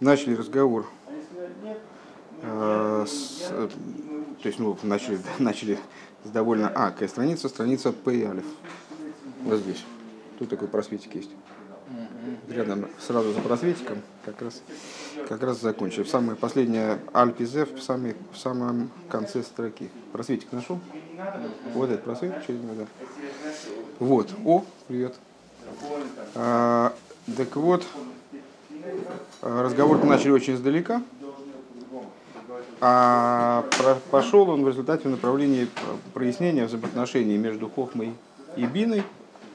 Начали разговор, то есть, начали с довольно... какая страница? Страница П Алиф. Вот здесь. Тут такой просветик есть. Рядом, сразу за просветиком, как раз закончили. Самое последнее Альпизев в самом конце строки. Просветик нашел? Вот этот просвет через него, да. Вот. Привет. Так вот, разговор начали очень издалека, а пошел он в результате в направлении прояснения взаимоотношений между Хохмой и Биной.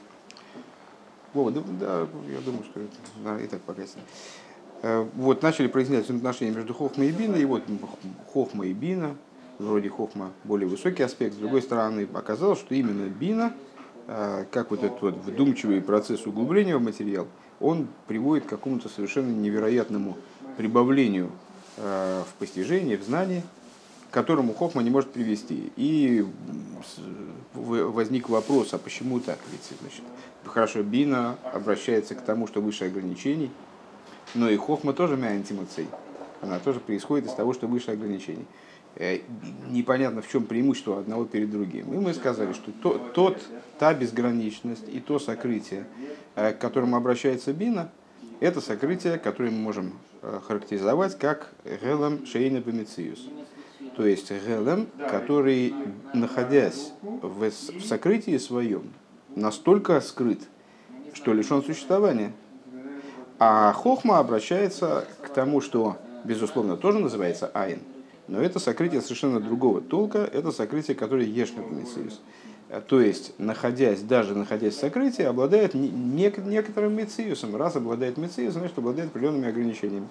Да, я думаю, что это и так пока ясно. Вот, начали прояснять взаимоотношения между Хохмой и Биной, и вот Хохма и Бина, вроде Хохма более высокий аспект, с другой стороны, оказалось, что именно Бина, как вот этот вот вдумчивый процесс углубления в материал, он приводит к какому-то совершенно невероятному прибавлению в постижении, в знании, к которому Хохма не может привести. И возник вопрос, а почему так? Ведь, значит, хорошо, Бина обращается к тому, что выше ограничений, но и Хохма тоже мяентимуцей. Она тоже происходит из того, что выше ограничений. Непонятно, в чем преимущество одного перед другим. И мы сказали, что та безграничность и то сокрытие, к которому обращается Бина, это сокрытие, которое мы можем характеризовать как гелем шейна бемециус. То есть гелем, который, находясь в сокрытии своем, настолько скрыт, что лишен существования. А Хохма обращается к тому, что, безусловно, тоже называется айн, но это сокрытие совершенно другого толка, это сокрытие, которое ешна бемециус. То есть, даже находясь в сокрытии, обладает некоторым мециусом. Раз обладает мециусом, значит, обладает определенными ограничениями.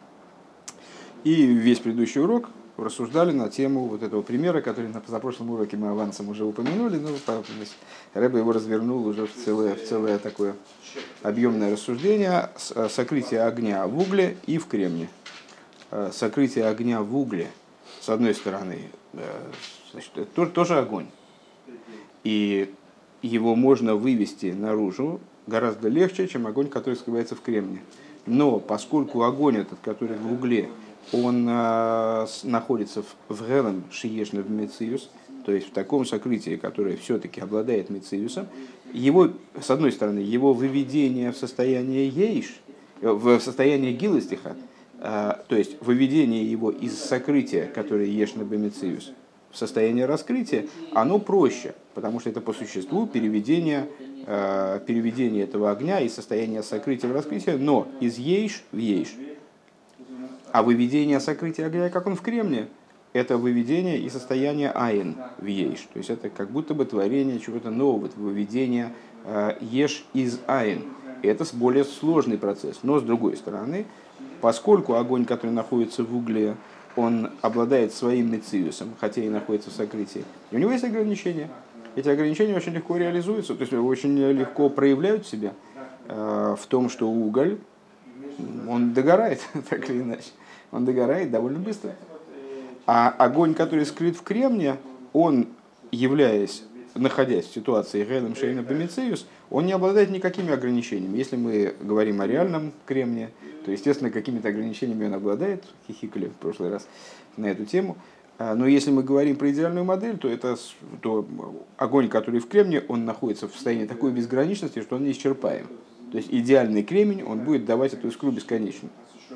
И весь предыдущий урок рассуждали на тему вот этого примера, который на позапрошлом уроке мы авансом уже упомянули, но Рэбе его развернул уже в целое такое объемное рассуждение. Сокрытие огня в угле и в кремне. Сокрытие огня в угле, с одной стороны, значит, это тоже огонь. И его можно вывести наружу гораздо легче, чем огонь, который скрывается в кремне. Но поскольку огонь этот, который в угле, он находится в гелем шиешна в мециус, то есть в таком сокрытии, которое все-таки обладает мециусом, его, с одной стороны, его выведение в состояние ейш, в состояние гилостиха, то есть выведение его из сокрытия, которое ешна бемециус, в состояние раскрытия, оно проще, потому что это по существу переведение этого огня из состояния сокрытия в раскрытие, но из ейш в ейш. А выведение сокрытия огня, как он в кремне, это выведение из состояния айн в ейш. То есть это как будто бы творение чего-то нового, выведение еш из айн. Это более сложный процесс. Но с другой стороны, поскольку огонь, который находится в угле, он обладает своим мециусом, хотя и находится в сокрытии, и у него есть ограничения. Эти ограничения очень легко реализуются, то есть очень легко проявляют себя в том, что уголь, он догорает, так или иначе. Он догорает довольно быстро. А огонь, который скрыт в кремне, он, находясь в ситуации гелем шейна бемециус, он не обладает никакими ограничениями. Если мы говорим о реальном кремне, то, естественно, какими-то ограничениями он обладает. Хихикали в прошлый раз на эту тему. Но если мы говорим про идеальную модель, то огонь, который в кремне, он находится в состоянии такой безграничности, что он неисчерпаем. То есть идеальный кремень, он будет давать эту искру бесконечно.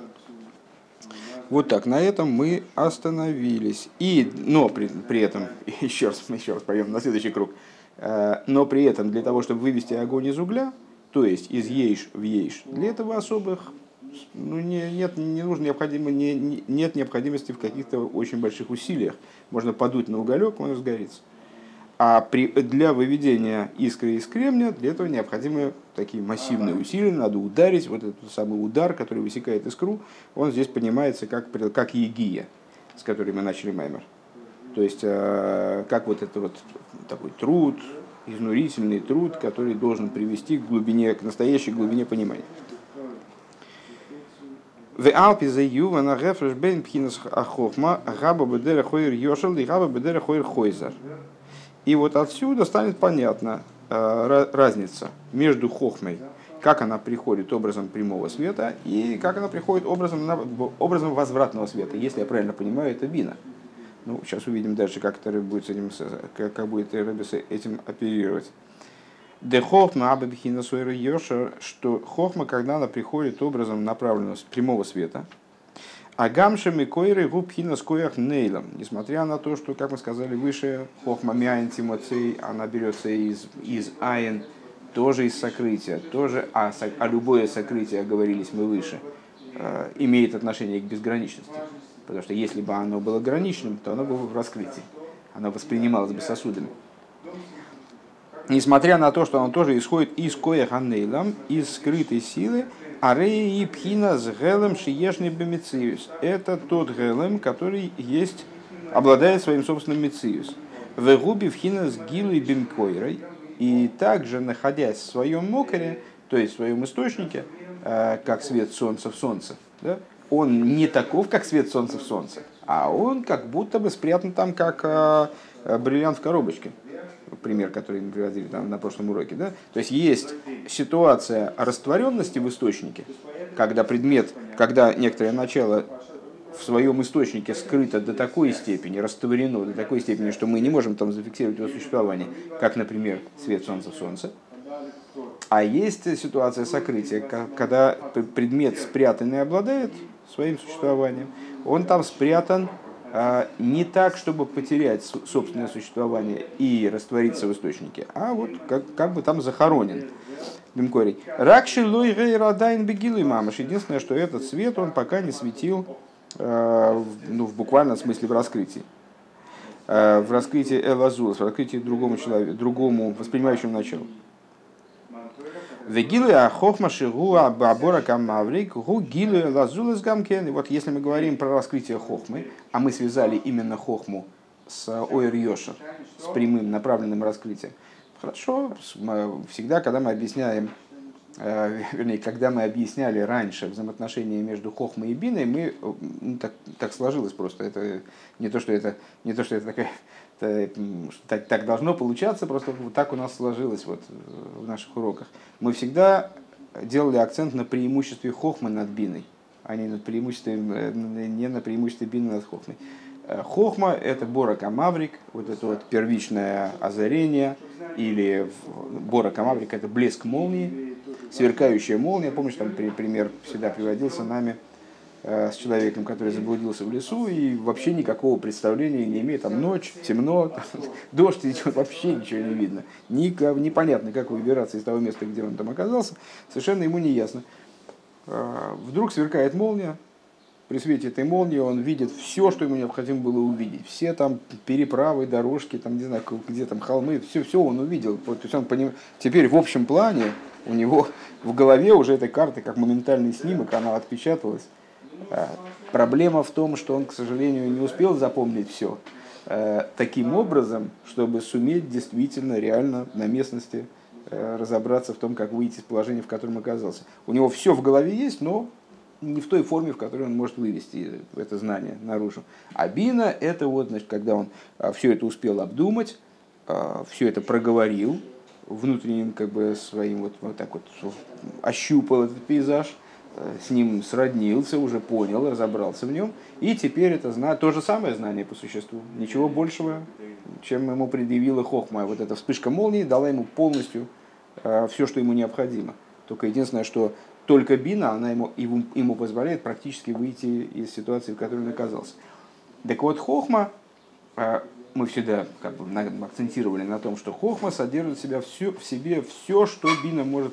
Вот так, на этом мы остановились. Но при этом, еще раз пойдем на следующий круг, но при этом для того, чтобы вывести огонь из угля, то есть из ейш в ейш, для этого особых нет необходимости в каких-то очень больших усилиях. Можно подуть на уголек, он разгорится. А для выведения искры из кремня, для этого необходимы такие массивные усилия, надо ударить, вот этот самый удар, который высекает искру, он здесь понимается как егия, с которой мы начали маймер. То есть, как вот это вот такой труд, изнурительный труд, который должен привести к настоящей глубине понимания. В Алпизе Ювана Гефреш Бен Пхинас Ахохма Габа Бедера Хойр Йошел и Габа Бедера Хойр Хойзер. И вот отсюда станет понятна разница между хохмой как она приходит образом прямого света и как она приходит образом возвратного света. Если я правильно понимаю, это бина. Ну, сейчас увидим дальше, как это будет с этим, как будет Ребе с этим оперировать. Де хохма абабхина суэра йошер, что хохма, когда она приходит образом направленного прямого света, а гамшами койры губхина скоях нейлом, несмотря на то, что, как мы сказали выше, хохма мяйн тимоцей, она берется из айн, тоже из сокрытия, тоже, а любое сокрытие, говорились мы выше, имеет отношение к безграничности. Потому что если бы оно было граничным, то оно было бы в раскрытии, оно воспринималось бы сосудами. Несмотря на то, что он тоже исходит из коях анейлам, из скрытой силы, арей и пхина с гелем шиешный бемициус. Это тот гелем, который есть, обладает своим собственным мициус. В губи пхина с гилой бемкойрой. И также, находясь в своем мокере, то есть в своем источнике, как свет солнца в солнце, да, он не таков, как свет солнца в солнце, а он как будто бы спрятан там, как бриллиант в коробочке. Пример, который мы приводили там на прошлом уроке. Да? То есть есть ситуация растворенности в источнике, когда предмет, когда некоторое начало в своем источнике скрыто до такой степени, растворено до такой степени, что мы не можем там зафиксировать его существование, как, например, свет солнца в солнце. А есть ситуация сокрытия, когда предмет спрятанный обладает своим существованием, он там спрятан не так, чтобы потерять собственное существование и раствориться в источнике, а вот как бы там захоронен. Ракши лой рейрадайн бегилы мамаш. Единственное, что этот свет, он пока не светил, в буквальном смысле в раскрытии. В раскрытии элазулас, в раскрытии другому человеку, другому воспринимающему началу. Вегилы ахохма шигуа бабора камаврик гу гилы лазулас гамкен. И вот если мы говорим про раскрытие хохмы, а мы связали именно хохму с ойр йошер, с прямым направленным раскрытием. Хорошо, всегда, когда мы объясняем, вернее, когда мы объясняли раньше взаимоотношения между хохмой и биной, мы так сложилось просто. Это не то, что это такая. Так должно получаться, просто вот так у нас сложилось вот в наших уроках. Мы всегда делали акцент на преимуществе хохмы над биной, а не на преимуществе бины над хохмой. Хохма – это борок амаврик, вот это вот первичное озарение, или борок амаврик – это блеск молнии, сверкающая молния. Помнишь, там пример всегда приводился нами с человеком, который заблудился в лесу и вообще никакого представления не имеет. Там ночь, темно, там, дождь идет, вообще ничего не видно. Непонятно, как выбираться из того места, где он там оказался. Совершенно ему не ясно. Вдруг сверкает молния. При свете этой молнии он видит все, что ему необходимо было увидеть. Все там переправы, дорожки, там, не знаю, где там холмы, все он увидел. То есть он теперь в общем плане у него в голове уже эта карта, как моментальный снимок, она отпечаталась. Проблема в том, что он, к сожалению, не успел запомнить все таким образом, чтобы суметь действительно, реально на местности разобраться в том, как выйти из положения, в котором оказался. У него все в голове есть, но не в той форме, в которой он может вывести это знание наружу. А бина – это вот, значит, когда он все это успел обдумать, все это проговорил, внутренним как бы своим вот так вот ощупал этот пейзаж, с ним сроднился, уже понял, разобрался в нем, и теперь это то же самое знание по существу. Ничего большего, чем ему предъявила хохма. Вот эта вспышка молнии дала ему полностью все, что ему необходимо. Только единственное, что только бина, она ему позволяет практически выйти из ситуации, в которой он оказался. Так вот, хохма, мы всегда как бы акцентировали на том, что хохма содержит в себе все, что бина может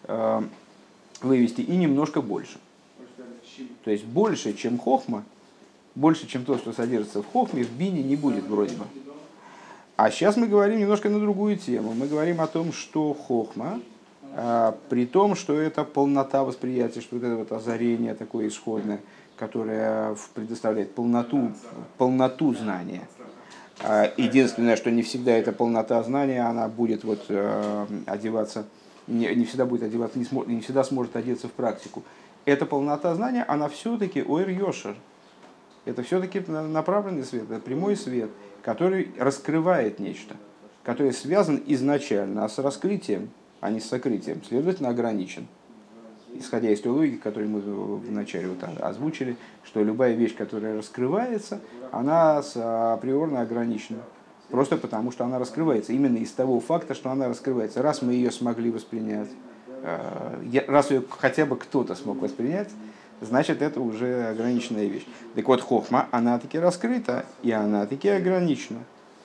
вывести, и немножко больше. То есть больше, чем хохма, больше, чем то, что содержится в хохме, в бине не будет вроде бы. А сейчас мы говорим немножко на другую тему. Мы говорим о том, что хохма, при том, что это полнота восприятия, что вот это вот озарение такое исходное, которое предоставляет полноту знания. Единственное, что не всегда эта полнота знания, она будет вот одеваться, не всегда будет одеваться, не всегда сможет одеться в практику. Эта полнота знания, она все-таки ойр йошер. Это все-таки направленный свет, это прямой свет, который раскрывает нечто, который связан изначально с раскрытием, а не с сокрытием, следовательно, ограничен. Исходя из той логики, которую мы вначале вот озвучили, что любая вещь, которая раскрывается, она априорно ограничена. Просто потому, что она раскрывается. Именно из того факта, что она раскрывается. Раз мы ее смогли воспринять, раз ее хотя бы кто-то смог воспринять, значит, это уже ограниченная вещь. Так вот, хохма, она таки раскрыта, и она таки ограничена.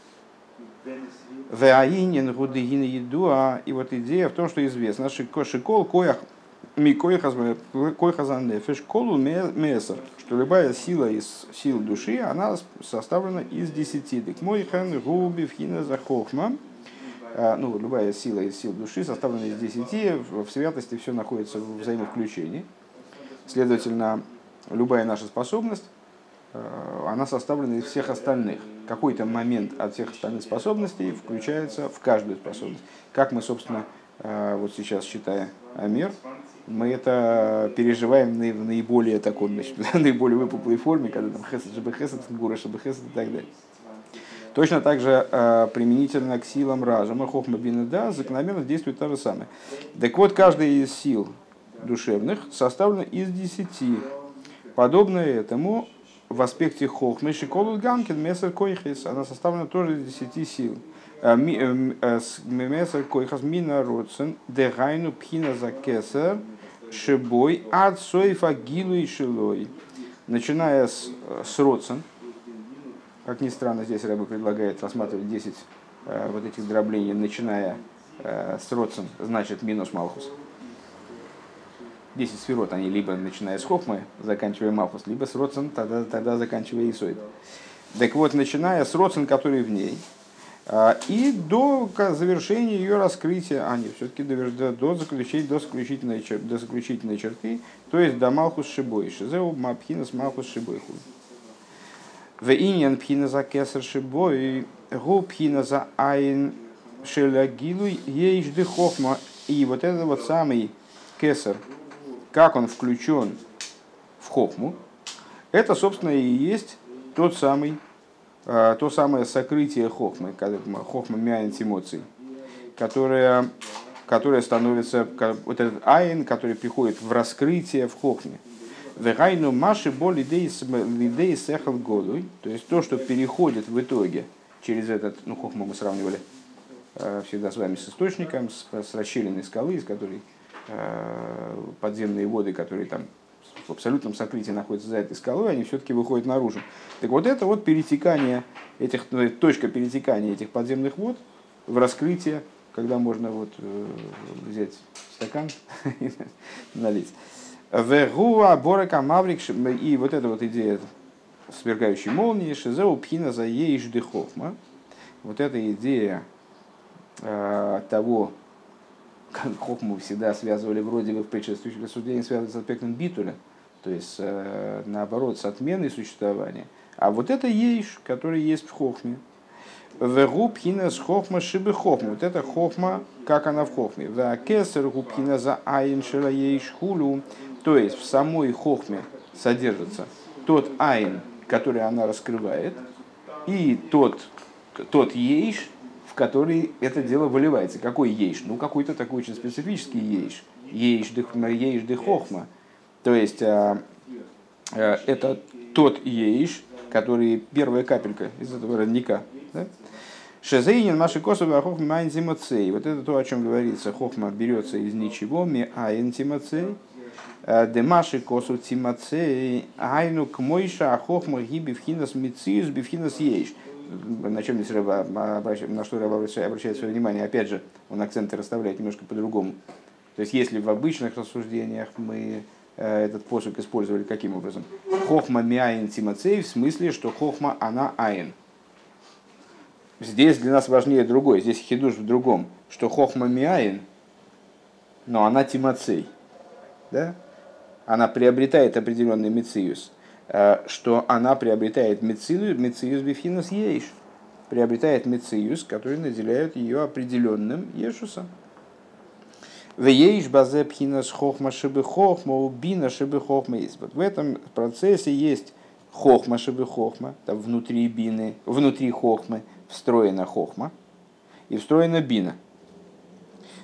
И вот идея в том, что известно, шикол коях койхазаннефеш колу месар, что любая сила из сил души, она составлена из 10. Так мой хан губи вхина за хохма. Ну, любая сила из сил души составлена из 10. В святости все находится в взаимовключении. Следовательно, любая наша способность, она составлена из всех остальных. Какой-то момент от всех остальных способностей включается в каждую способность. Как мы, собственно, вот сейчас, читая Амир, мы это переживаем в наиболее такой, наиболее выпуклой форме, когда там хесед, шебе хесед, гура, шебе хесед и так далее. Точно так же применительно к силам разума, хохма бина да, закономерно действует то же самое. Так вот, каждая из сил душевных составлена из 10. Подобно этому в аспекте хохмы шиколу гамкин месер койхис, она составлена тоже из 10 сил. Месер койхас мина родсен дегайну пхина за кесар шибой ад сойфа гилу и шилой. Начиная с родсен, как ни странно, здесь Рэбе предлагает рассматривать 10 вот этих дроблений, начиная с родсен, значит минус малхус. 10 сферот, они либо начиная с хохмы, заканчивая малхус, либо с родсен, тогда заканчивая исоид. Так вот, начиная с родсен, который в ней, и до завершения ее раскрытия, все-таки до заключительной черты, то есть до малхус шибой, шизеу мапхинас малхус шибой. В иньян пхина за кесар шибой, гу пхина за айн шелягилу ейжды хохма. И вот этот вот самый кесар, как он включен в хохму, это, собственно, и есть то самое сокрытие хохмы, хохма миаинт эмоций, которое становится, вот этот айн, который приходит в раскрытие в хохме. Вегайну маши боли лидей сехал голуй, то есть то, что переходит в итоге через этот, хохму мы сравнивали всегда с вами с источником, с расщелиной скалы, из которой подземные воды, которые там в абсолютном сокрытии находятся за этой скалой, они все-таки выходят наружу. Так вот это вот перетекание точка перетекания этих подземных вод в раскрытие, когда можно вот взять стакан и налить. Вегуа борака маврик, и вот эта вот идея свергающей молнии, шизеу пхина за ейжды хохма, вот эта идея того, как хохму всегда связывали вроде бы в предшествующих рассуждениях, связывали с аспектом битуля, то есть наоборот с отменой существования. А вот это ейш, который есть в хохме. Вегу пхина с хохма шибы хохма. Вот это хохма, как она в хохме. Векесер губхина за айн шира ейш хулю. То есть в самой хохме содержится тот айн, который она раскрывает, и тот ейш, в который это дело выливается. Какой ейш? Какой-то такой очень специфический ейш. Ейш де хохма. То есть это тот ейш, который первая капелька из этого родника. Шезейнин маши косовый хохма майн тимоцей. Вот это то, о чем говорится. Хохма берется из ничего, ми айн тимоцей. Демаши косу тимоцей. Айну к мойша хохма гиби вхинас мициус бифхинас ейш. На чем здесь на что Рэб обращает свое внимание? Опять же, он акценты расставляет немножко по-другому. То есть, если в обычных рассуждениях мы этот посук использовали каким образом? Хохма миаин тимоцей, в смысле, что хохма она аин. Здесь для нас важнее другое, здесь хидуш в другом, что хохма миаин, но она тимоцей. Да? Она приобретает определенный мициус. Что она приобретает мициус бифхинас ейш, приобретает мициус, который наделяет ее определенным ешусом. В ейш базе пхинас хохма шибы хохма убина шибы хохма. В этом процессе есть хохма шибы хохма, там внутри бины, внутри хохмы встроена хохма и встроена бина.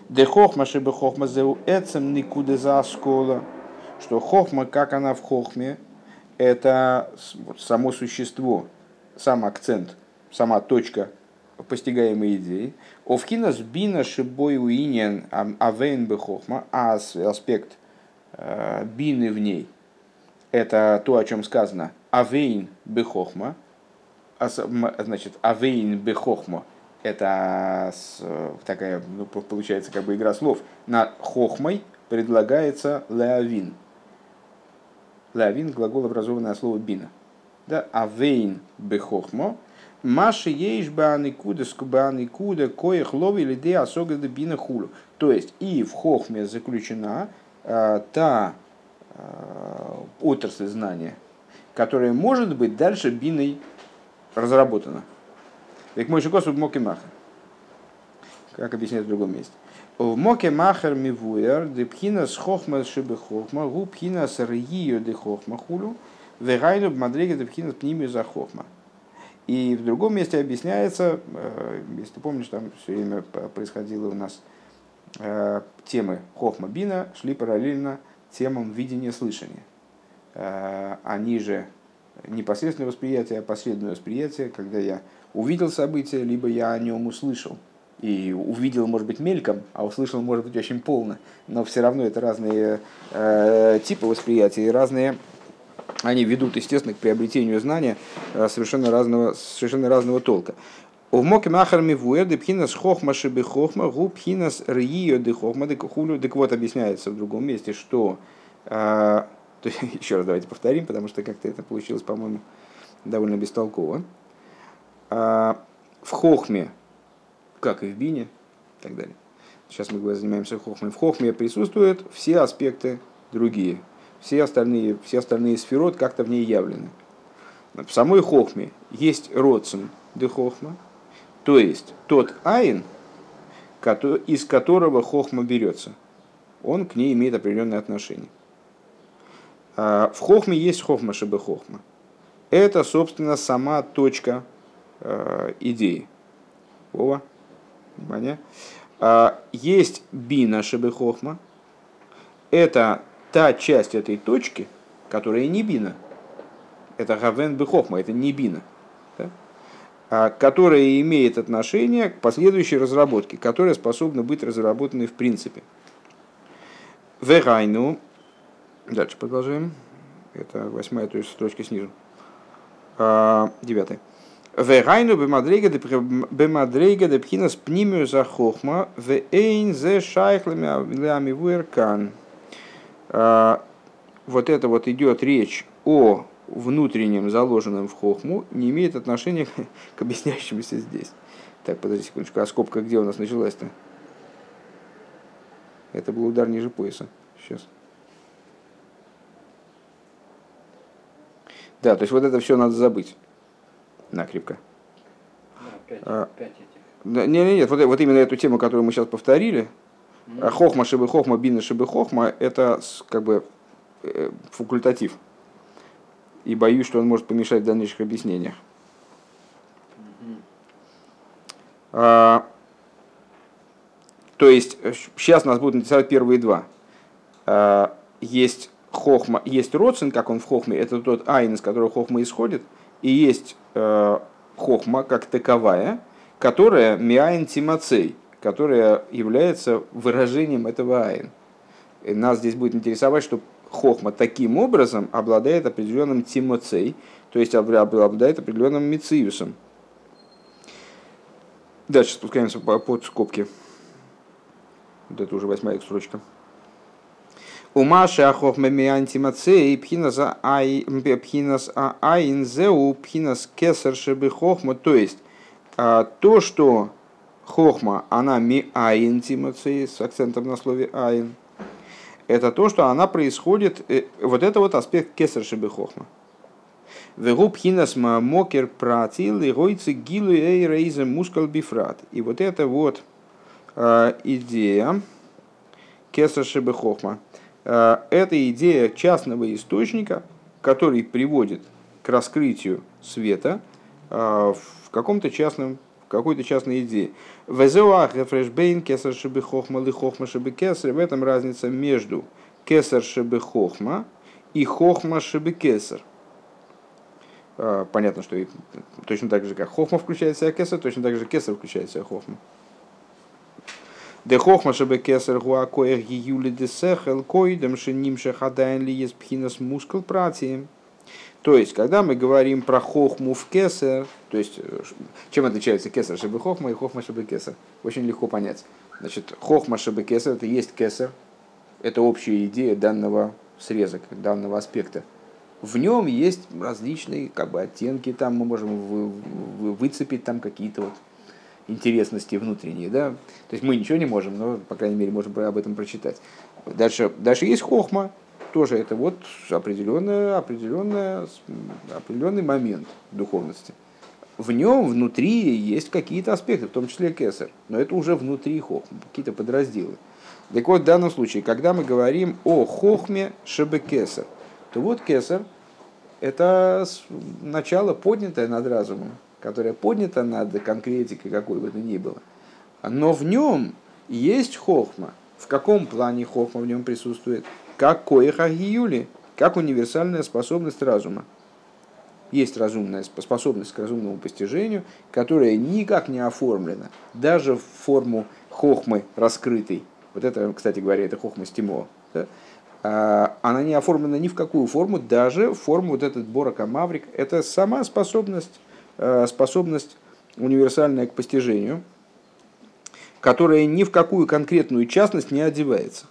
Де хохма шибы хохма зеу эцем никуда за оскола. Что хохма, как она в хохме, это само существо, сам акцент, сама точка постигаемой идеи. Овхинас бина шибой уинен авейн бы хохма, а аспект бины в ней, это то, о чем сказано авейн бы хохма, значит, авейн бы хохма, это такая, ну, получается, как бы игра слов. Над хохмой предлагается леавин. Леавин — глагол, образованный от слова бина. Да? Авейн бы хохма. Маши ейш бааникуда скубааникуда коих лови лиде асогада бина хулу. То есть и в хохме заключена та отрасль знания, которая может быть дальше биной разработана. Век мой шикос в моке махер. Как объясняется в другом месте. В моке махер мивуэр депхина с хохма шибы хохма губхина с рьио де хохма хулу вегайну бмадреге депхина с пнимию за хохма. И в другом месте объясняется, если ты помнишь, там все время происходило у нас темы хохма бина шли параллельно темам видения слышания. Они же непосредственное восприятие, а посредственное восприятие, когда я увидел событие, либо я о нем услышал. И увидел, может быть, мельком, а услышал, может быть, очень полно. Но все равно это разные типы восприятия, и разные, они ведут, естественно, к приобретению знания совершенно разного толка. В моке махарми вуэды пхинас хохма шибы хохма гу пхинас рьио де хохма де кухулю. Так вот, объясняется в другом месте, что... Еще раз давайте повторим, потому что как-то это получилось, по-моему, довольно бестолково. В хохме, как и в бине, и так далее. Сейчас мы занимаемся хохмой. В хохме присутствуют все аспекты другие. Все остальные сферот как-то в ней явлены. В самой хохме есть родсен де хохма, то есть тот айн, из которого хохма берется. Он к ней имеет определенное отношение. В хохме есть хохма шибы хохма. Это, собственно, сама точка идеи. Вова, внимание. Есть бина шибы хохма. Это та часть этой точки, которая не бина. Это гавен бы хохма, это не бина. Да? Которая имеет отношение к последующей разработке, которая способна быть разработанной в принципе. Вегайну. Дальше продолжаем. Это 8-я, то есть строчка снизу. 9-я. Вегайну бемадрейга де пхинас пнимию за хохма вейн зе шайхлами вуэркан. Вот это вот идет речь о внутреннем, заложенном в хохму, не имеет отношения к объясняющемуся здесь. Так, подожди секундочку, а скобка где у нас началась-то? Это был удар ниже пояса. Сейчас. Да, то есть вот это все надо забыть. Накрепко. Нет, вот именно эту тему, которую мы сейчас повторили, хохма шибы хохма, бина шибы хохма, это как бы факультатив. И боюсь, что он может помешать в дальнейших объяснениях. То есть сейчас нас будут интересовать первые два. Есть хохма, есть родсен, как он в хохме, это тот айн, из которого хохма исходит, и есть хохма как таковая, которая миайн тимацей, которая является выражением этого айн. И нас здесь будет интересовать, что хохма таким образом обладает определенным тимацей, то есть обладает определенным мециусом. Дальше спускаемся под скобки. Вот это уже 8-я строчка. У Маши ахохме миантимацей пхинас айн зеу пхинас кесар шебы хохма. То есть то, что хохма, она миантимацей, с акцентом на слове айн, это то, что она происходит, вот это вот аспект кесар шебы хохма. Вегу пхинас мокер пратил и гойцы гилу эй рейзе мускал бифрат. И вот это вот идея кесар шебы хохма. Это идея частного источника, который приводит к раскрытию света в каком-то частном какой-то частной идее. Везеуах рефрешбейн кесар шебе хохма ли хохма шебе кесар. В этом разница между кесар шебе хохма и хохма шебе кесар. Понятно, что точно так же, как хохма включает в себя кесар, точно так же кесар включает в себя хохма. Де хохма шебе кесар гуа коэр гиюли де сехел койдем шиним шехадайн ли есть пхинас мускул пратием. То есть, когда мы говорим про хохму в кесар, то есть, чем отличается кесар шебе хохма и хохма шебе кесар? Очень легко понять. Значит, хохма шебе кесар — это есть кесар, это общая идея данного среза, данного аспекта. В нем есть различные оттенки, там мы можем выцепить там какие-то вот интересности внутренние, да? То есть мы ничего не можем, но, по крайней мере, можем об этом прочитать. Дальше есть хохма, тоже это вот определенный момент духовности. В нем внутри есть какие-то аспекты, в том числе кесар, но это уже внутри хохмы, какие-то подразделы. Так вот, в данном случае, когда мы говорим о хохме шебе кесар, то вот кесар — это начало, поднятое над разумом, которое поднято над конкретикой, какой бы то ни было. Но в нем есть хохма. В каком плане хохма в нем присутствует? Как коэх агиюли, как универсальная способность разума. Есть разумная способность к разумному постижению, которая никак не оформлена, даже в форму хохмы раскрытой. Вот это, кстати говоря, это хохма стимо. Да? Она не оформлена ни в какую форму, даже в форму вот этот борока маврик. Это сама способность универсальная к постижению, которая ни в какую конкретную частность не одевается.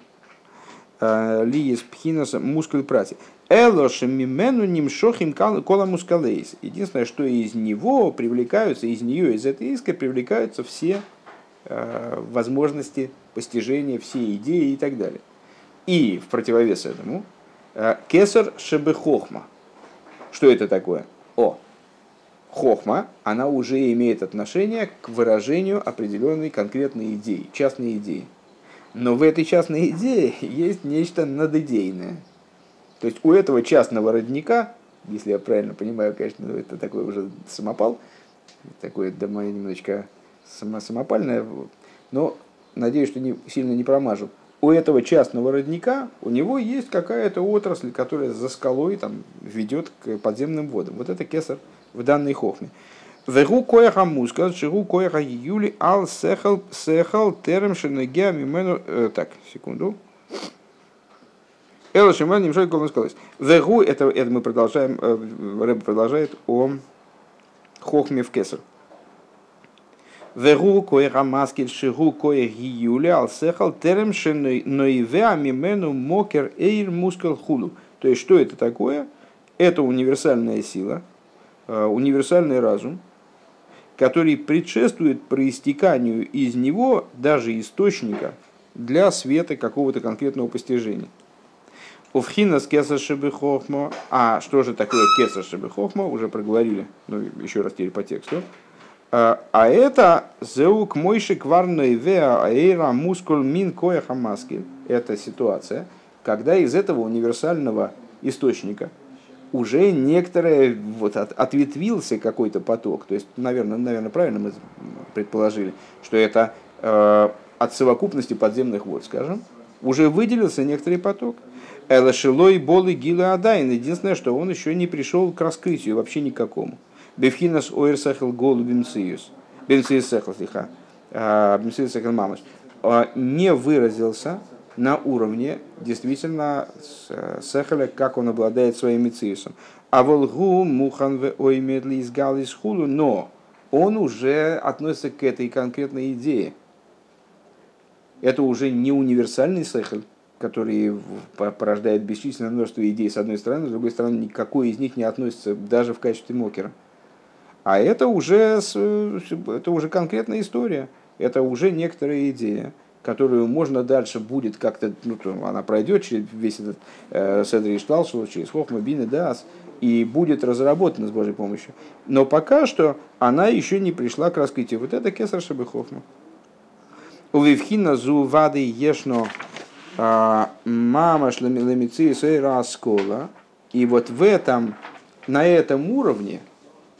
Лиес пхинаса мускул прати. Элошем мимену нимшохим кола мускалейс. Единственное, что из него привлекаются, из нее, из этой искры привлекаются все возможности постижения, все идеи и так далее. И в противовес этому кесар шебе хохма. Что это такое? Хохма, она уже имеет отношение к выражению определенной конкретной идеи, частной идеи. Но в этой частной идее есть нечто надидейное. То есть у этого частного родника, если я правильно понимаю, конечно, это такой уже самопал, такое немножечко самопальное, но надеюсь, что сильно не промажу. У этого частного родника, у него есть какая-то отрасль, которая за скалой там, ведет к подземным водам. Вот это кесар в данной хохме. Вегу кояха мускал, шигу кояха юли ал сехал терем шенегеа мимену... Так, секунду. Элла шиман немшой колон сказалось. Вегу, это мы продолжаем, Рэб продолжает о хохме в кесар. Вегу кояха маскель, шигу коях юли ал сехал терем шенегеа мимену мокер эйр мускал хулу. То есть, что это такое? Это универсальная сила, универсальный разум, который предшествует проистеканию из него даже источника для света какого-то конкретного постижения. Увхинас кесар шебе хохма. А что же такое кесар шебе хохма? Уже проговорили, еще раз теперь по тексту. А это зеук мойши кварной веа аэра мускул мин кояха маскель. Это ситуация, когда из этого универсального источника уже некоторое ответвился какой-то поток. То есть, наверное, правильно мы предположили, что это от совокупности подземных вод, скажем, уже выделился некоторый поток. Элашилой болы гила адайн. Единственное, что он еще не пришел к раскрытию вообще никакому. Бефхинас ойрсахил голу бимциюс. Бимциюс сахил слиха. Бимциюс сахил мамаш. Не выразился на уровне действительно сехаля, как он обладает своим мециусом. А волгу мухан в оймедли из галис хулу, но он уже относится к этой конкретной идее. Это уже не универсальный сехаль, который порождает бесчисленное множество идей с одной стороны, с другой стороны, никакой из них не относится даже в качестве мокера. А это уже конкретная история, это уже некоторая идея, которую можно дальше будет как-то, она пройдет через весь этот Седер и Шталшул, через Хохма, Бин и Даас, и будет разработана с Божьей помощью. Но пока что она еще не пришла к раскрытию. Вот это кесар шебе хохма. У Вивхина зу вады ешно мама шлемици сейра скола. И вот на этом уровне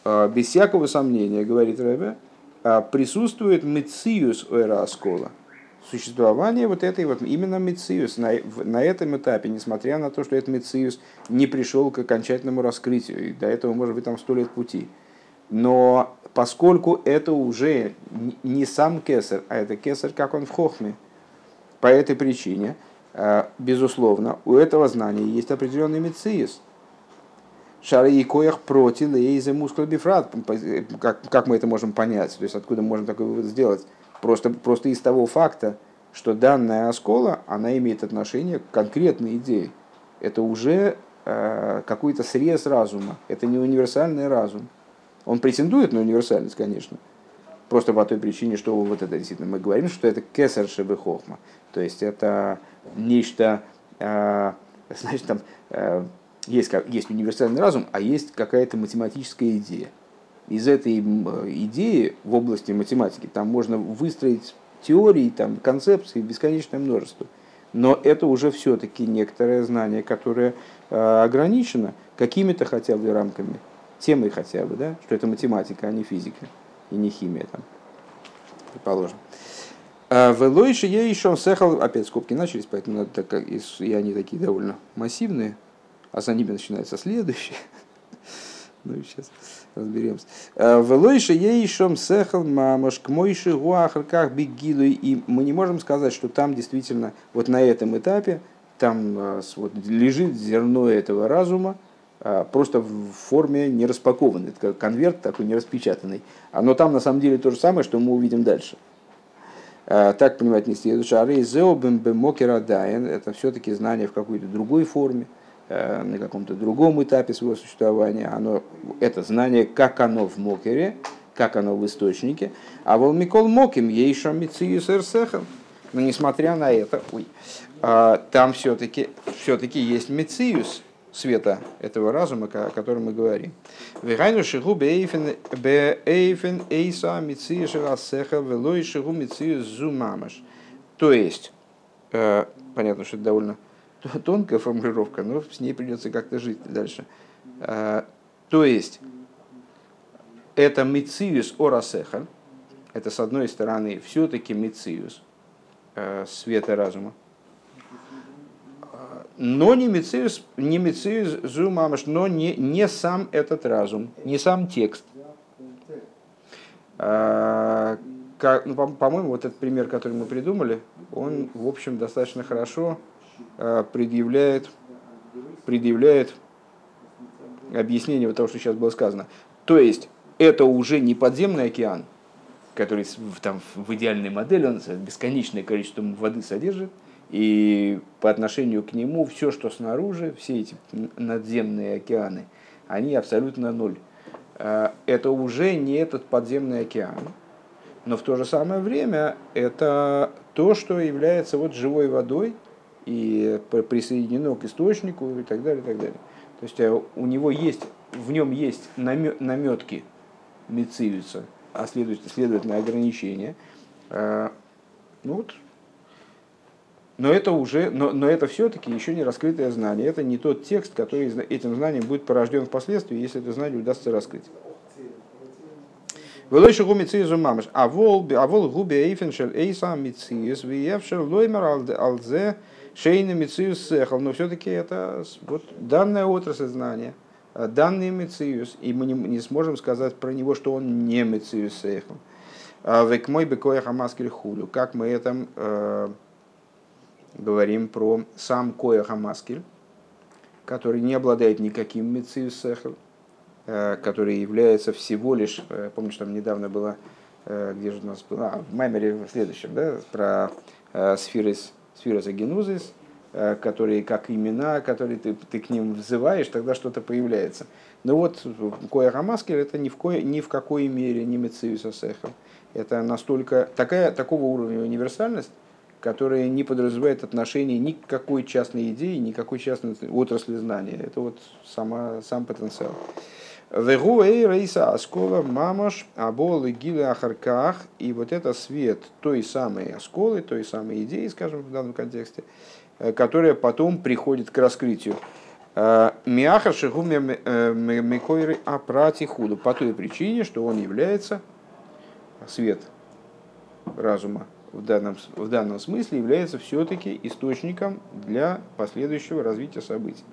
без всякого сомнения, говорит Ребе, присутствует мециус ойра аскола. Существование вот этой вот именно мециус на этом этапе, несмотря на то, что этот мециус не пришел к окончательному раскрытию, и до этого может быть там 100 лет пути. Но поскольку это уже не сам кесар, а это кесар, как он в хохме, по этой причине, безусловно, у этого знания есть определенный мециус. Шары и коях против лейзе мускул бифрат. Как мы это можем понять? То есть откуда можно такой вывод сделать? Просто из того факта, что данная оскола, она имеет отношение к конкретной идее. Это уже какой-то срез разума. Это не универсальный разум. Он претендует на универсальность, конечно. Просто по той причине, что вот это действительно мы говорим, что это кесар шебе хохма. То есть это нечто, значит, там есть универсальный разум, а есть какая-то математическая идея. Из этой идеи в области математики там можно выстроить теории, там, концепции бесконечное множество. Но это уже все-таки некоторое знание, которое ограничено какими-то хотя бы рамками, темой хотя бы, да? Что это математика, а не физика и не химия, там, предположим. Велойши я еще сехал, опять скобки начались, поэтому надо, и они такие довольно массивные, а за ними начинается следующее. Ну, сейчас разберемся. Велойши я еще сехал мамаш к мойши гуахарках бигилу. И мы не можем сказать, что там действительно, вот на этом этапе, там вот, лежит зерно этого разума, просто в форме не распакованной, это как конверт такой не распечатанный. Но там на самом деле то же самое, что мы увидим дальше. Так понимать не следует. Это все-таки знание в какой-то другой форме, на каком-то другом этапе своего существования. Это знание, как оно в мокере, как оно в источнике. А волмикол моким ейшо мициюс эрсехем. Но несмотря на это, там все-таки есть мициюс света этого разума, о котором мы говорим. То есть, понятно, что это довольно тонкая формулировка, но с ней придется как-то жить дальше. То есть, это мициус орасеха, это с одной стороны все-таки мициус света разума, но не мициус зумамаш, но не сам этот разум, не сам текст. По-моему, вот этот пример, который мы придумали, он, в общем, достаточно хорошо предъявляет объяснение того, что сейчас было сказано. То есть, это уже не подземный океан, который там, в идеальной модели, он бесконечное количество воды содержит, и по отношению к нему все, что снаружи, все эти надземные океаны, они абсолютно ноль. Это уже не этот подземный океан, но в то же самое время это то, что является вот живой водой и присоединено к источнику и так далее, и так далее. То есть в нем есть наметки мециуса, а следовательно ограничения. Но это уже, но это все-таки еще не раскрытое знание. Это не тот текст, который этим знанием будет порожден впоследствии, если это знание удастся раскрыть. А вол губи эйфеншел эйса мициус виевшер лоймер алзе шейна мициус сехал. Но все-таки это вот данная отрасль знания, данный мициус, и мы не сможем сказать про него, что он не мициус сехал. Век мой бекоях амаскель хулю. Как мы это говорим про сам коях амаскель, который не обладает никаким мициус сехал, который является всего лишь, помнишь, там недавно было, где же у нас было, в Маймере в следующем, да, про сфирос агенузис, которые как имена, которые ты к ним взываешь, тогда что-то появляется. Но вот коях амаскель это ни в какой мере не мициус сехал. Это настолько такого уровня универсальность, которая не подразумевает отношения ни к какой частной идее, ни к какой частной отрасли знания. Это вот сам потенциал. Вегуэй рейса оскола мамаш абол и гилы ахарках. И вот это свет той самой осколы, той самой идеи, скажем, в данном контексте, которая потом приходит к раскрытию. Миахар шигуми микойры апрати худу. По той причине, что он является, свет разума в данном смысле является все-таки источником для последующего развития событий.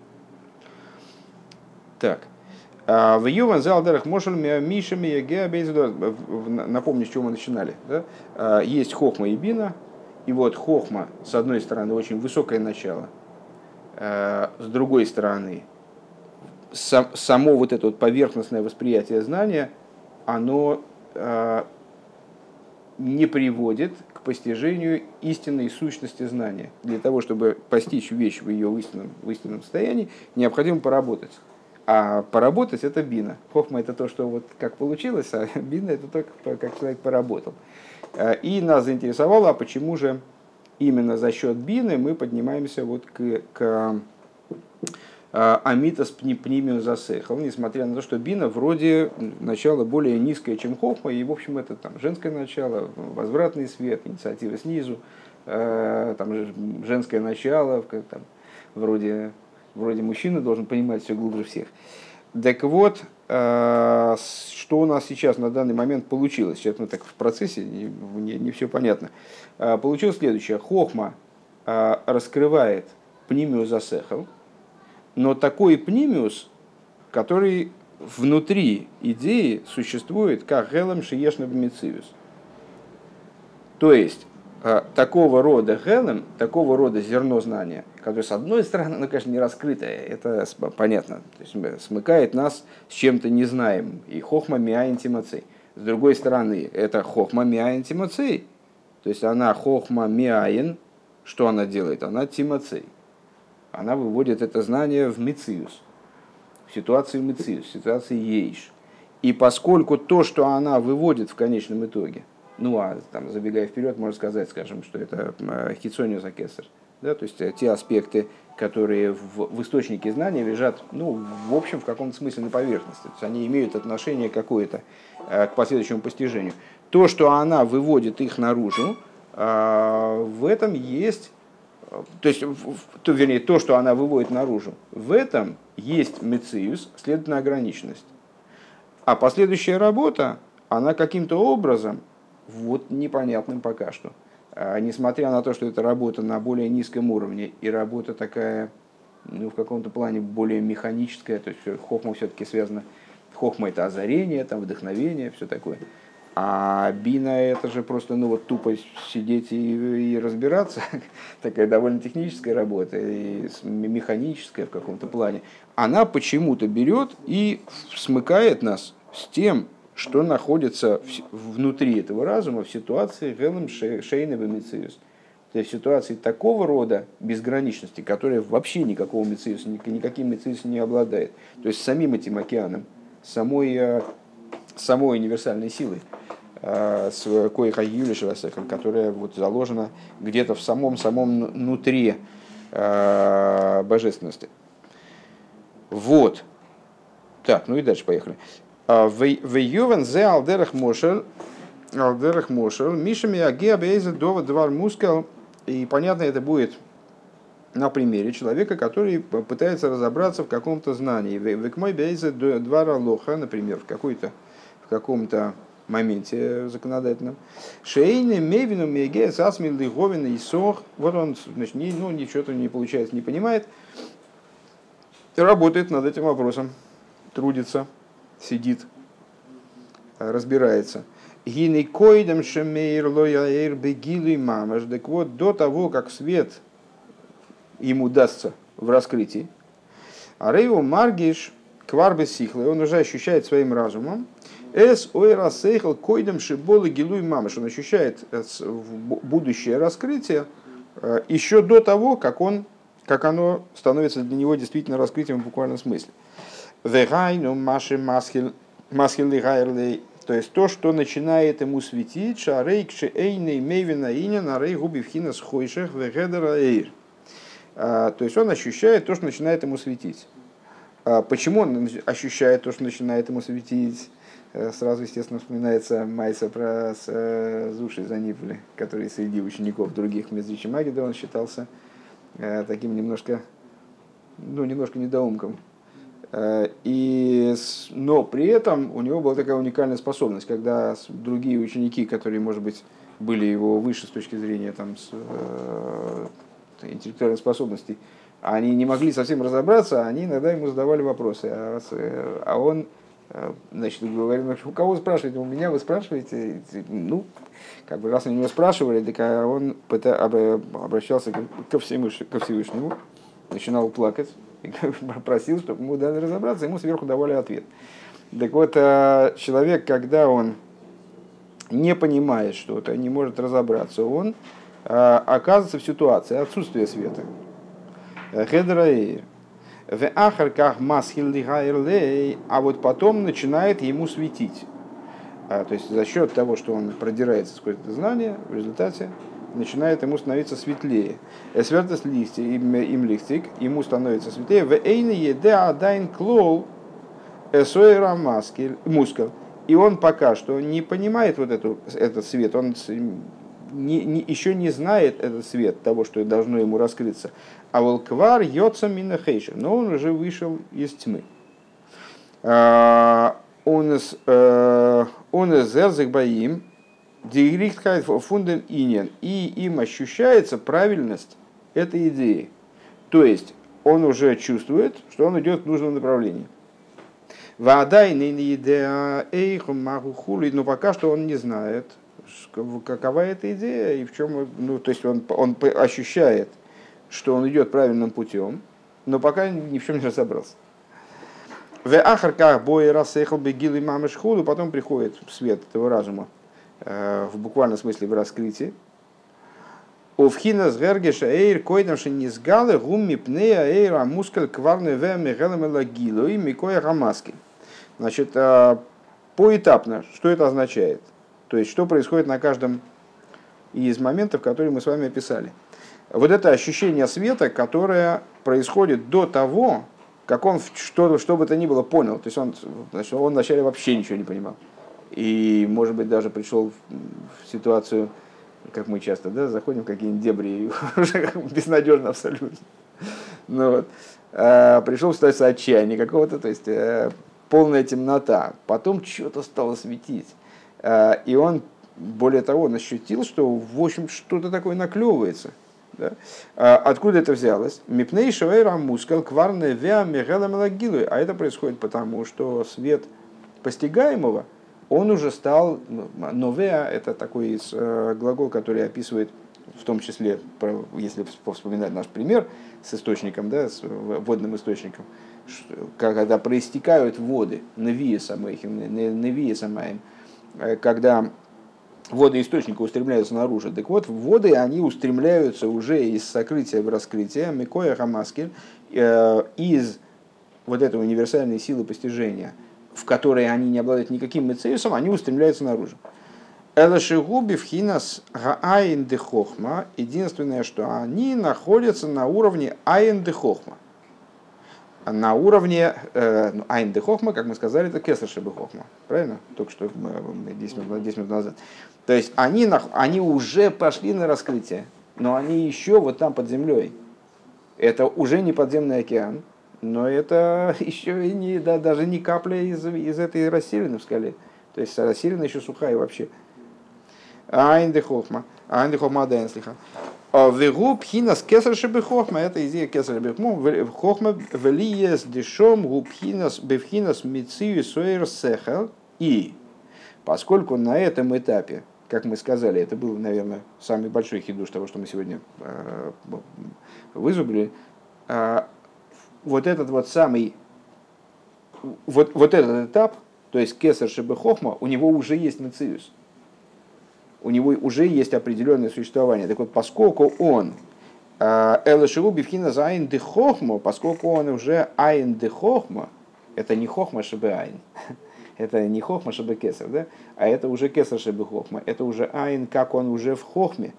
Так. В Юван Залдерах Мошель Мишами Егеабейзу. Напомню, с чего мы начинали. Да? Есть хохма и бина. И вот хохма, с одной стороны, очень высокое начало. С другой стороны, само вот это вот поверхностное восприятие знания, оно не приводит к постижению истинной сущности знания. Для того, чтобы постичь вещь в ее истинном состоянии, необходимо поработать. А поработать — это бина. Хохма — это то, что вот как получилось, а бина — это то, как человек поработал. И нас заинтересовало, а почему же именно за счет бины мы поднимаемся вот к амитас пнимиус засехал, несмотря на то, что бина вроде начало более низкое, чем хохма, и в общем это там женское начало, возвратный свет, инициатива снизу, там женское начало, там, вроде мужчина должен понимать все глубже всех. Так вот, что у нас сейчас на данный момент получилось? Сейчас мы так в процессе, не все понятно. Получилось следующее. Хохма раскрывает пнимиус засехал, но такой пнимиус, который внутри идеи существует как гелем шиешна бмециус. То есть, такого рода гелем, такого рода зерно знания, которое, с одной стороны, ну, конечно, не раскрытое, это понятно, то есть смыкает нас с чем-то незнаемым, и хохма миаин тимацей. С другой стороны, это хохма миаин тимацей, то есть она хохма миаин, что она делает? Она тимацей. Она выводит это знание в мециус, в ситуацию мециус, в ситуацию ейш. И поскольку то, что она выводит в конечном итоге, ну а там, забегая вперед, можно сказать, скажем, что это хитсониус акесер, да, то есть те аспекты, которые в источнике знания лежат, ну, в общем, в каком-то смысле на поверхности, то есть они имеют отношение какое-то к последующему постижению. То, что она выводит их наружу, в этом есть... То есть, вернее, то, что она выводит наружу, в этом есть мециус, следовательно, ограниченность. А последующая работа, она каким-то образом, вот непонятным пока что, несмотря на то, что это работа на более низком уровне и работа такая, ну, в каком-то плане более механическая, то есть хохма все-таки связана, хохма — это озарение, там, вдохновение, все такое. А бина — это же просто, ну, вот тупо сидеть и разбираться. Такая довольно техническая работа, и механическая в каком-то плане. Она почему-то берет и смыкает нас с тем, что находится внутри этого разума в ситуации гелем шейнева мециус. То есть в ситуации такого рода безграничности, которая вообще никакого мециуса, никаким мециусом не обладает. То есть самим этим океаном, самой универсальной силой, с коиха юлишевасехом, которая вот заложена где-то в самом внутри божественности. Вот. Так, ну и дальше поехали. В Ювен зе алдерах мошел мишами агеа бейзе дова двар мускал. И понятно, это будет на примере человека, который пытается разобраться в каком-то знании. Векмой бейзе двара лоха, например, в каком-то моменте законодательном. Шейны мейвину меге сасмил лиговин и сох. Вот он, значит, ничего-то не получается, не понимает. И работает над этим вопросом, трудится, сидит, разбирается. Гинекоидом шемейр лояэр бегилуй мамаш. Так вот, до того, как свет ему дастся в раскрытии, а рейу маргиш кварбе сихлы, он уже ощущает своим разумом, эс ойра сейхл койдем шиболы гилуй мамаш. Он ощущает будущее раскрытие еще до того, как оно становится для него действительно раскрытием в буквальном смысле. Вегайну маши масхил гайрлей. То есть то, что начинает ему светить, шарейк шеэйней мейвина иня на рей губи вхина схойших вегедера эйр. То есть он ощущает то, что начинает ему светить. Почему он ощущает то, что начинает ему светить? Сразу, естественно, вспоминается майса про Зуши Занипули, который среди учеников других Мезричи Магида он считался таким немножко ну, немножко недоумком. Но при этом у него была такая уникальная способность, когда другие ученики, которые, может быть, были его выше с точки зрения там, интеллектуальных способностей, они не могли совсем разобраться, они иногда ему задавали вопросы. А он, значит, говорил, у кого спрашиваете? У меня вы спрашиваете? Ну, как бы раз они его спрашивали, так он обращался ко Всевышнему, начинал плакать и просил, чтобы ему дали разобраться, ему сверху давали ответ. Так вот, человек, когда он не понимает что-то, не может разобраться, он оказывается в ситуации отсутствия света. Хедраэйр. В ахарках масхил лигайрлей, а вот потом начинает ему светить. То есть за счет того, что он продирается сквозь это знание, в результате начинает ему становиться светлее. Свертость листья им лихтик, ему становится светлее. В эйне еде адайн клол эсойра мускал. И он пока что не понимает вот этот свет, он еще не знает этот свет того, что должно ему раскрыться. А волквар йоца минахейша, но он уже вышел из тьмы. Он из зерзых боим, дирихтхайт фунден инен, и им ощущается правильность этой идеи. То есть он уже чувствует, что он идет в нужном направлении. Но пока что он не знает, какова эта идея и в чем. Ну, то есть он ощущает, что он идет правильным путем, но пока ни в чем не разобрался. В ахарках бой рассехал бегил и мамыш худу, потом приходит свет этого разума в буквальном смысле в раскрытии. Овхина с гергеша эйр койдамши низгалы гумми пнея эйра мускаль кварны в мегелем элагилу и микоя гамаски. Значит, поэтапно, что это означает? То есть, что происходит на каждом из моментов, которые мы с вами описали. Вот это ощущение света, которое происходит до того, как он что бы то ни было понял. То есть он вначале вообще ничего не понимал. И, может быть, даже пришел в ситуацию, как мы часто заходим в какие-нибудь дебри, и уже безнадежно абсолютно. Ну, вот. Пришел в ситуацию отчаяния какого-то, то есть полная темнота. Потом что-то стало светить. И он, более того, он ощутил, что, в общем, что-то такое наклевывается. Да? Откуда это взялось? Мипней шавейра мускал кварне веа мегела мелагилуй. А это происходит потому, что свет постигаемого, он уже стал, новеа, это такой глагол, который описывает, в том числе, если вспоминать наш пример с источником, да, с водным источником, когда проистекают воды, невия самаем, когда воды источника устремляются наружу. Так вот, воды, они устремляются уже из сокрытия в раскрытие, микоя хамаскель, из вот этой универсальной силы постижения, в которой они не обладают никаким мецеюсом, они устремляются наружу. Элашигуби вхинас гаайн де хохма. Единственное, что они находятся на уровне айн де хохма. На уровне айн де хохма, как мы сказали, это кесар шебе хохма. Правильно? Только что 10 минут назад. То есть они уже пошли на раскрытие, но они еще вот там под землей. Это уже не подземный океан, но это еще и не, даже не капля из этой расселины в скале. То есть расселина еще сухая вообще. Айн де хохма адайн слиха. Вегу пхинас кесар шебе хохма. Это идея кесар шебе хохма. Велиес дешом губхинас бевхинас мицию суэр сехал. И поскольку на этом этапе, как мы сказали, это был, наверное, самый большой хидуш того, что мы сегодня вызубрили, вот этот вот самый, вот этот этап, то есть кесар шебе хохма, у него уже есть мециус. У него уже есть определенное существование. Так вот, поскольку он элэшеву бифхина за айн де хохма, поскольку он уже айн де хохма, это не хохма шебе айн, это не хохма шебе кесар, да? А это уже кесар шебе хохма, это уже айн, как он уже в хохме.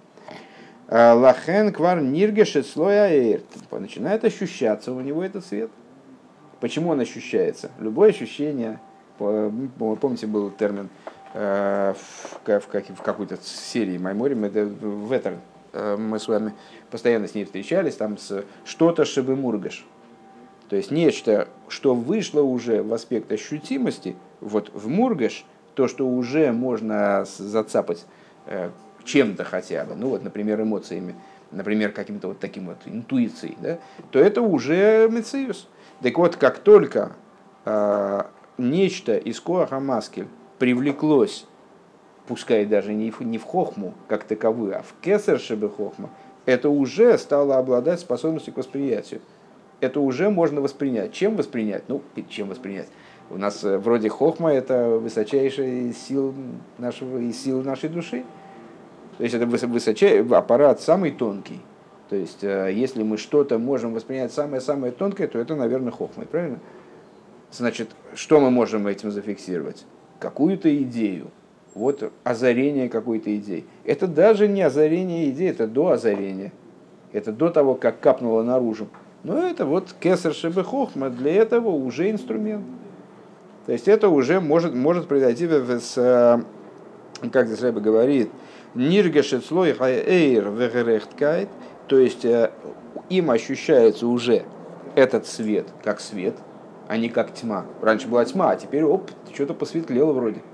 Лахен квар ниргешет слоя эйр, начинает ощущаться у него этот свет. Почему он ощущается? Любое ощущение, помните, был термин в какой-то серии Майморим, это в этом мы с вами постоянно с ней встречались, там с что-то шебе мургаш. То есть нечто, что вышло уже в аспект ощутимости, вот в мургаш, то, что уже можно зацапать чем-то хотя бы, ну вот, например, эмоциями, например, каким-то вот таким вот интуицией, да, то это уже мециус. Так вот, как только нечто из коаха маскель привлеклось, пускай даже не в хохму как таковую, а в кесар шебе хохма, это уже стало обладать способностью к восприятию. Это уже можно воспринять. Чем воспринять? Ну, чем воспринять? У нас вроде хохма – это высочайшая из сил нашей души. То есть это аппарат самый тонкий. То есть если мы что-то можем воспринять самое-самое тонкое, то это, наверное, хохма. Правильно? Значит, что мы можем этим зафиксировать? Какую-то идею. Вот озарение какой-то идеи. Это даже не озарение идеи, это до озарения. Это до того, как капнуло наружу. Но это вот кесар шебе хохма, для этого уже инструмент. То есть это уже может произойти как здесь Рэбе говорит, ниргешет слой хайэйр вегерехткайт, то есть им ощущается уже этот свет как свет, а не как тьма. Раньше была тьма, а теперь что-то посветлело вроде.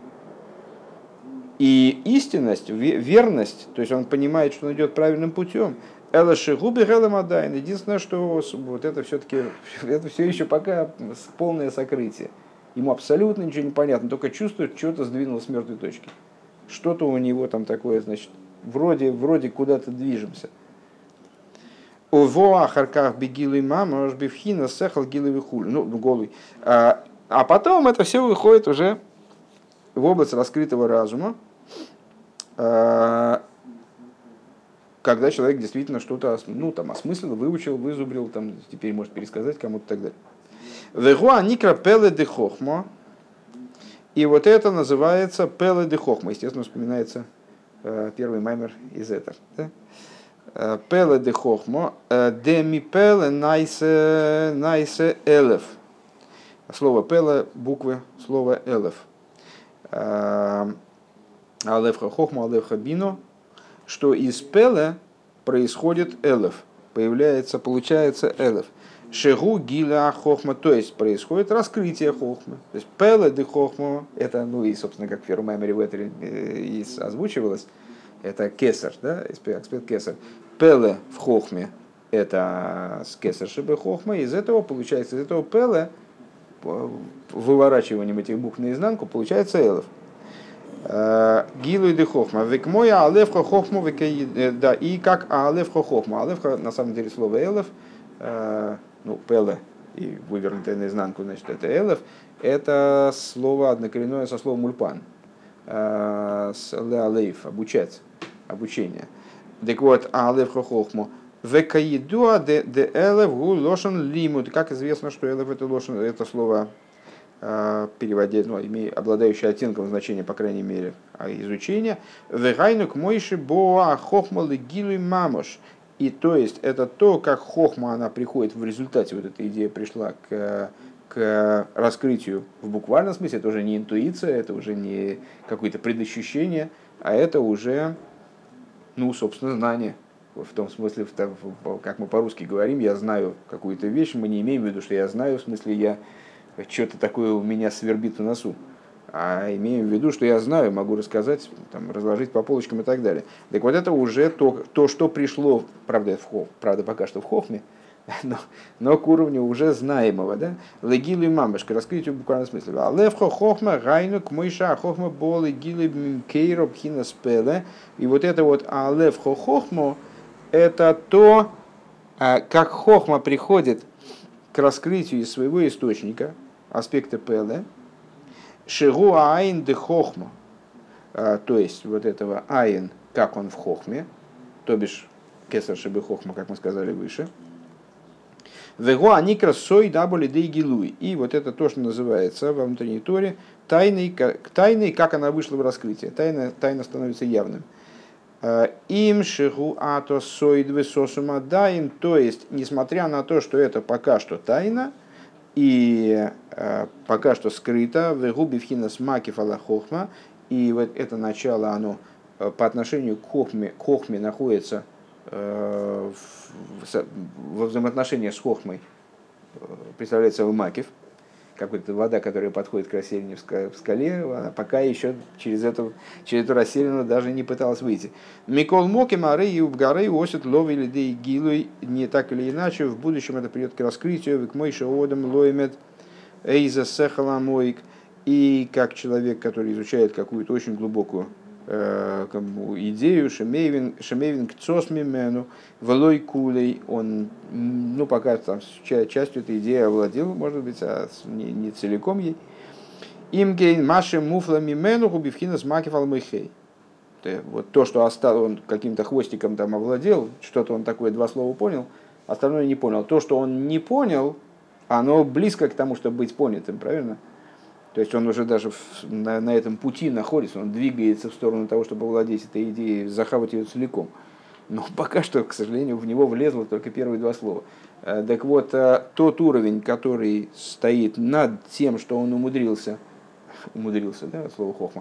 И истинность, верность, то есть он понимает, что он идет правильным путем. Элашигуби Геламадайн. Единственное, что вот это все-таки, это все еще пока полное сокрытие. Ему абсолютно ничего не понятно, только чувствует, что-то сдвинулось с мертвой точки. Что-то у него там такое, значит, вроде куда-то движемся. Ово ахарках бегилы мама, аж бифхина сехал гилы хуль. Ну, голый. А потом это все выходит уже в область раскрытого разума, когда человек действительно что-то, ну, там, осмыслил, выучил, вызубрил, там, теперь может пересказать кому-то и так далее. Вегуа никра пеле де хохма. И вот это называется пеле де хохма. Естественно, вспоминается первый маймер из этого. Да? Пеле де хохма. Деми пеле найсе элев. Слово пеле, буквы, слово элев. Алевха хохма, алевха бино. Что из пеле происходит элев. Получается элев. Шегу гиля хохма, то есть происходит раскрытие хохмы. То есть пеле де хохма, это, ну и, собственно, как в первом маймере в этой озвучивалось, это кесар, да, аспект кесар. Пеле в хохме, это с кесар шебе хохма, из этого получается, из этого пеле, выворачиванием этих букв наизнанку, получается элев. Гилу и де хохма. Век моя алевха хохму, да, и как алевха хохма. Алевха, на самом деле, слово элев, ну, пеле и вывернутое наизнанку, значит, это элев, это слово однокоренное со словом ульпан. Леалейф, обучать, обучение. Так вот, алевха хохму. Векаидуа де элев гу лошен лимут. Как известно, что элев это лошен, это слово переводя, ну, обладающее оттенком значения, по крайней мере, изучения. Вегайнук мойши боа хохмалы гилуй мамош. И то есть это то, как хохма она приходит в результате, вот эта идея пришла к раскрытию в буквальном смысле, это уже не интуиция, это уже не какое-то предощущение, а это уже, ну, собственно, знание. В том смысле, как мы по-русски говорим, я знаю какую-то вещь, мы не имеем в виду, что я знаю, в смысле я что-то такое у меня свербит в носу. А имеем в виду, что я знаю, могу рассказать, там, разложить по полочкам и так далее. Так вот это уже то что пришло, правда пока что в хохме, но к уровню уже знаемого. Да? Легилу и мамашка, раскрытию в буквальном смысле. А левхо хохма гайну к мойша хохма бол легилу кейро пхина спеле. И вот это вот а левхо хохмо, это то, как хохма приходит к раскрытию из своего источника, аспекта пеле, шигу айн де хохма, то есть вот этого айн, как он в хохме, то бишь кесар шебе хохма, как мы сказали выше, вегу аникра сой даболи дей гилуй, и вот это то, что называется во внутренней торе тайной, как она вышла в раскрытие, тайна становится явным. Им шигу ато сой двесосума даим, то есть, несмотря на то, что это пока что тайна, и пока что скрыто, в губи вхина смаки фалахохма, и вот это начало, оно по отношению к хохме находится во взаимоотношениях с хохмой представляет собой макив, какая-то вода, которая подходит к расселине в скале, она пока еще через эту расселину даже не пыталась выйти. Микол Моки, Мары и Убгары осет лови лидей гилуй, не так или иначе, в будущем это придет к раскрытию, к мойше одам лоймет эйза сехаламоик, и как человек, который изучает какую-то очень глубокую идею, шемейвин к цосмимену, велой кулей, он, ну, пока там частью этой идеи овладел, может быть, а не целиком ей. Имгейн маши муфла мимену губивхина смакив алмыхей. Вот то, что осталось, он каким-то хвостиком там овладел, что-то он такое, два слова понял, остальное не понял. То, что он не понял, оно близко к тому, чтобы быть понятым, правильно? То есть он уже даже на этом пути находится, он двигается в сторону того, чтобы овладеть этой идеей, захавать ее целиком. Но пока что, к сожалению, в него влезло только первые два слова. Так вот, тот уровень, который стоит над тем, что он умудрился, да, слово хохма,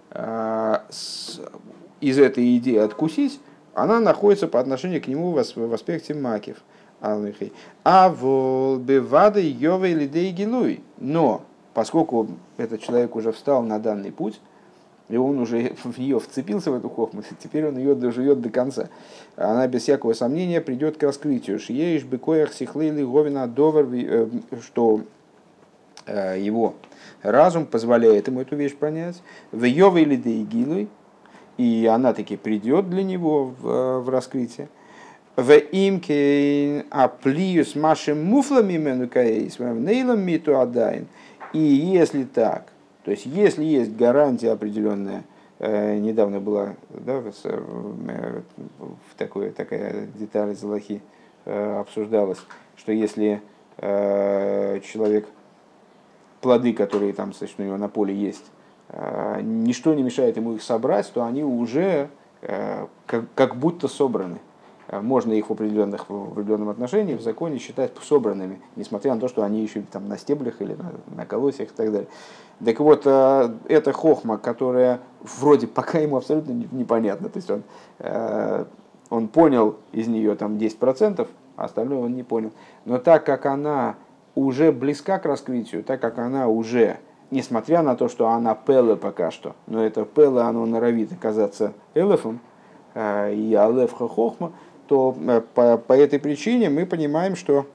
из этой идеи откусить, она находится по отношению к нему в аспекте макив. А в бевады йовей лидей гилуй. Но поскольку этот человек уже встал на данный путь, и он уже в нее вцепился, в эту хохму, теперь он ее доживет до конца. Она без всякого сомнения придет к раскрытию. Шиеиш бекоях сихлейли говина довар, что его разум позволяет ему эту вещь понять. В йовей лидей гилуй, и она таки придет для него в раскрытие. В имке аплиус машем муфлами менукаис нейлом миту адайн. И если так, то есть если есть гарантия определенная, недавно была, да, такая деталь из Алахи обсуждалась, что если человек, плоды, которые там, значит, у него на поле есть, ничто не мешает ему их собрать, то они уже как будто собраны. Можно их в определенном отношении в законе считать собранными, несмотря на то, что они еще там на стеблях или на колосьях и так далее. Так вот, это хохма, которая вроде пока ему абсолютно непонятна. То есть он понял из нее там 10%, а остальное он не понял. Но так как она уже близка к раскрытию, так как она уже, несмотря на то, что она пеле пока что, но это пеле, оно норовит оказаться элефом, и алефха хохма, то по этой причине мы понимаем, что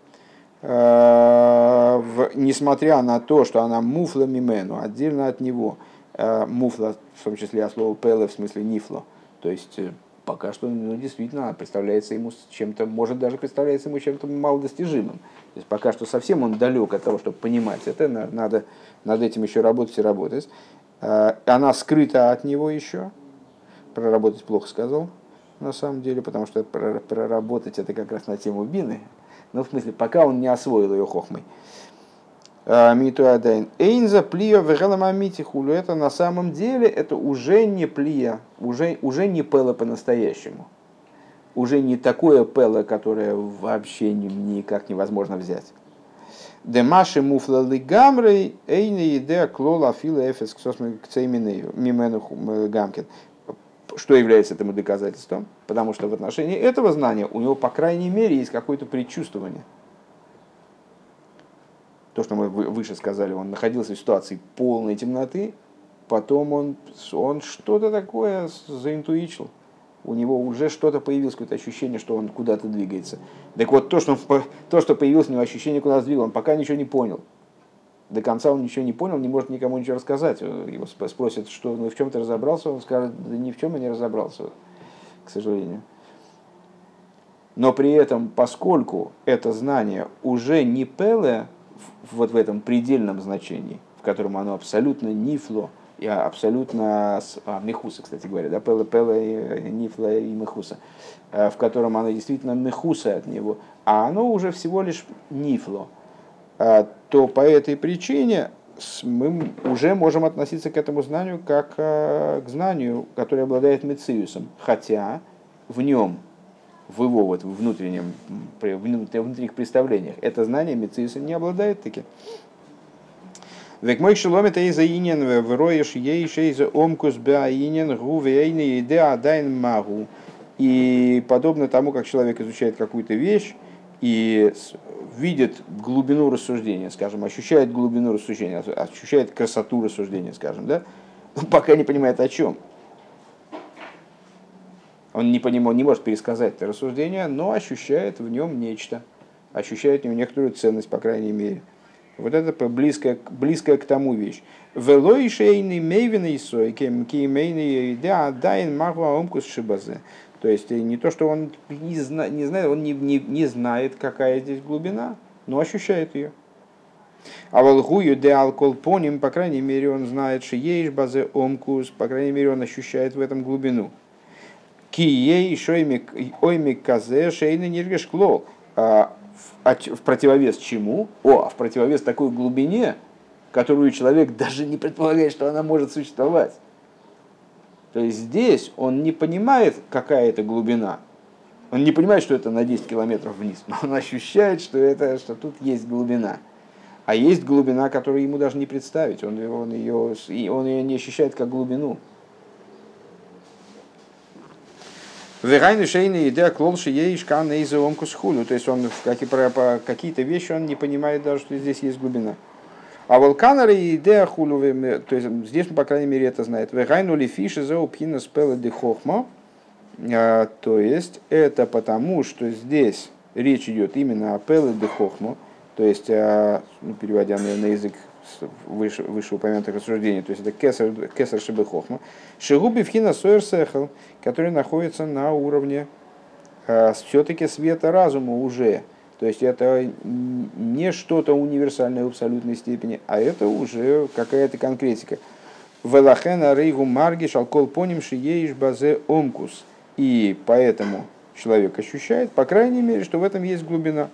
несмотря на то, что она муфла мимену, отдельно от него, муфла, в том числе от слова пеле, в смысле нифло, то есть пока что действительно она представляется ему чем-то, может даже представляется ему чем-то малодостижимым. То есть пока что совсем он далек от того, чтобы понимать это, надо над этим еще работать и работать. Она скрыта от него еще, проработать плохо сказал, на самом деле, потому что проработать это как раз на тему бины. Ну, в смысле, пока он не освоил ее хохмой. Митуадайн. Эйнза плия вегаламамити хулю. Это на самом деле, это уже не плия, уже не пело по-настоящему. Уже не такое пело, которое вообще никак невозможно взять. Демаши муфла лигамрей эйни идея клола фила эфес ксосмикцейминею мимену гамкин. Что является этому доказательством? Потому что в отношении этого знания у него, по крайней мере, есть какое-то предчувствование. То, что мы выше сказали, он находился в ситуации полной темноты, потом он что-то такое заинтуичил. У него уже что-то появилось, какое-то ощущение, что он куда-то двигается. Так вот, то, что появилось у него ощущение, куда он двигался, он пока ничего не понял. До конца он ничего не понял, не может никому ничего рассказать. Его спросят, что в чем ты разобрался, он скажет, да ни в чем я не разобрался, к сожалению. Но при этом, поскольку это знание уже не пеле, вот в этом предельном значении, в котором оно абсолютно нифло, и абсолютно мехуса, кстати говоря, да, пеле, нифло и мехуса, в котором оно действительно мехуса от него, а оно уже всего лишь нифло, то по этой причине мы уже можем относиться к этому знанию как к знанию, которое обладает мециусом, хотя в нем, в его вот внутренних представлениях, это знание мециусом не обладает таки. Век мой шеломит эйза инен вроешь ейш эйза омкус беа инен гувейны идеа дайн магу. И подобно тому, как человек изучает какую-то вещь, и видит глубину рассуждения, скажем, ощущает глубину рассуждения, ощущает красоту рассуждения, скажем, да, но пока не понимает о чем. Он не может пересказать это рассуждение, но ощущает в нем нечто, ощущает в нем некоторую ценность, по крайней мере. Вот это близкая к тому вещь. Велой шейный мейвиный сой, кемейный да дайн магва омкус шибазе. То есть не то, что он не знает, он не знает, какая здесь глубина, но ощущает ее. А волгую де алкол поним, по крайней мере, он знает, что есть базе омкус, по крайней мере, он ощущает в этом глубину. Кией оймик казе шейный ниргеш клол. В противовес чему? В противовес такой глубине, которую человек даже не предполагает, что она может существовать. То есть здесь он не понимает, какая это глубина. Он не понимает, что это на 10 километров вниз, но он ощущает, что тут есть глубина. А есть глубина, которую ему даже не представить. Он ее не ощущает как глубину. Вегайну шейный идея клолши еишка нейзовомку схулю. То есть он как и про какие-то вещи он не понимает даже, что здесь есть глубина. А волканары и идея хулю, то есть здесь, по крайней мере, это знает. Вегайну ли фиши за упхина спела де хохма. То есть это потому, что здесь речь идет именно о пеле де хохма. То есть, переводя на язык вышеупомянутых рассуждений, то есть это кесар шебе хохма, шигуби вхина сойер сехал, который находится на уровне все-таки света разума уже. То есть это не что-то универсальное в абсолютной степени, а это уже какая-то конкретика. Велахена рейгу марги шалкол поним шиеиш базе омкус. И поэтому человек ощущает, по крайней мере, что в этом есть глубина.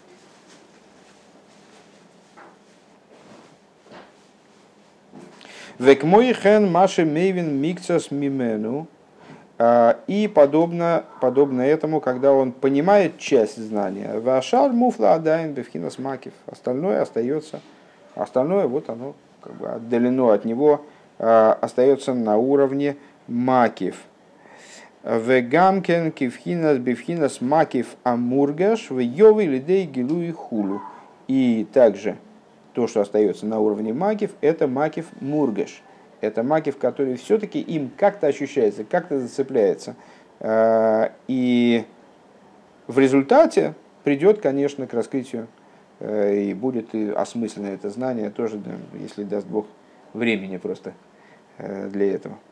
Векмойхен маши мейвин микцас мимену. И подобно этому, когда он понимает часть знания. Вашар муфла адайн бевхинас макив. Остальное остается. Остальное вот оно как бы отдалено от него, остается на уровне макив. Вегамкен кивхинас бевхинас макив амургаш в йовы лидей гилу и хулу. И также то, что остается на уровне макив, это макив мургаш. Это макив, который все-таки им как-то ощущается, как-то зацепляется. И в результате придет, конечно, к раскрытию, и будет и осмысленно это знание тоже, если даст Бог времени просто для этого.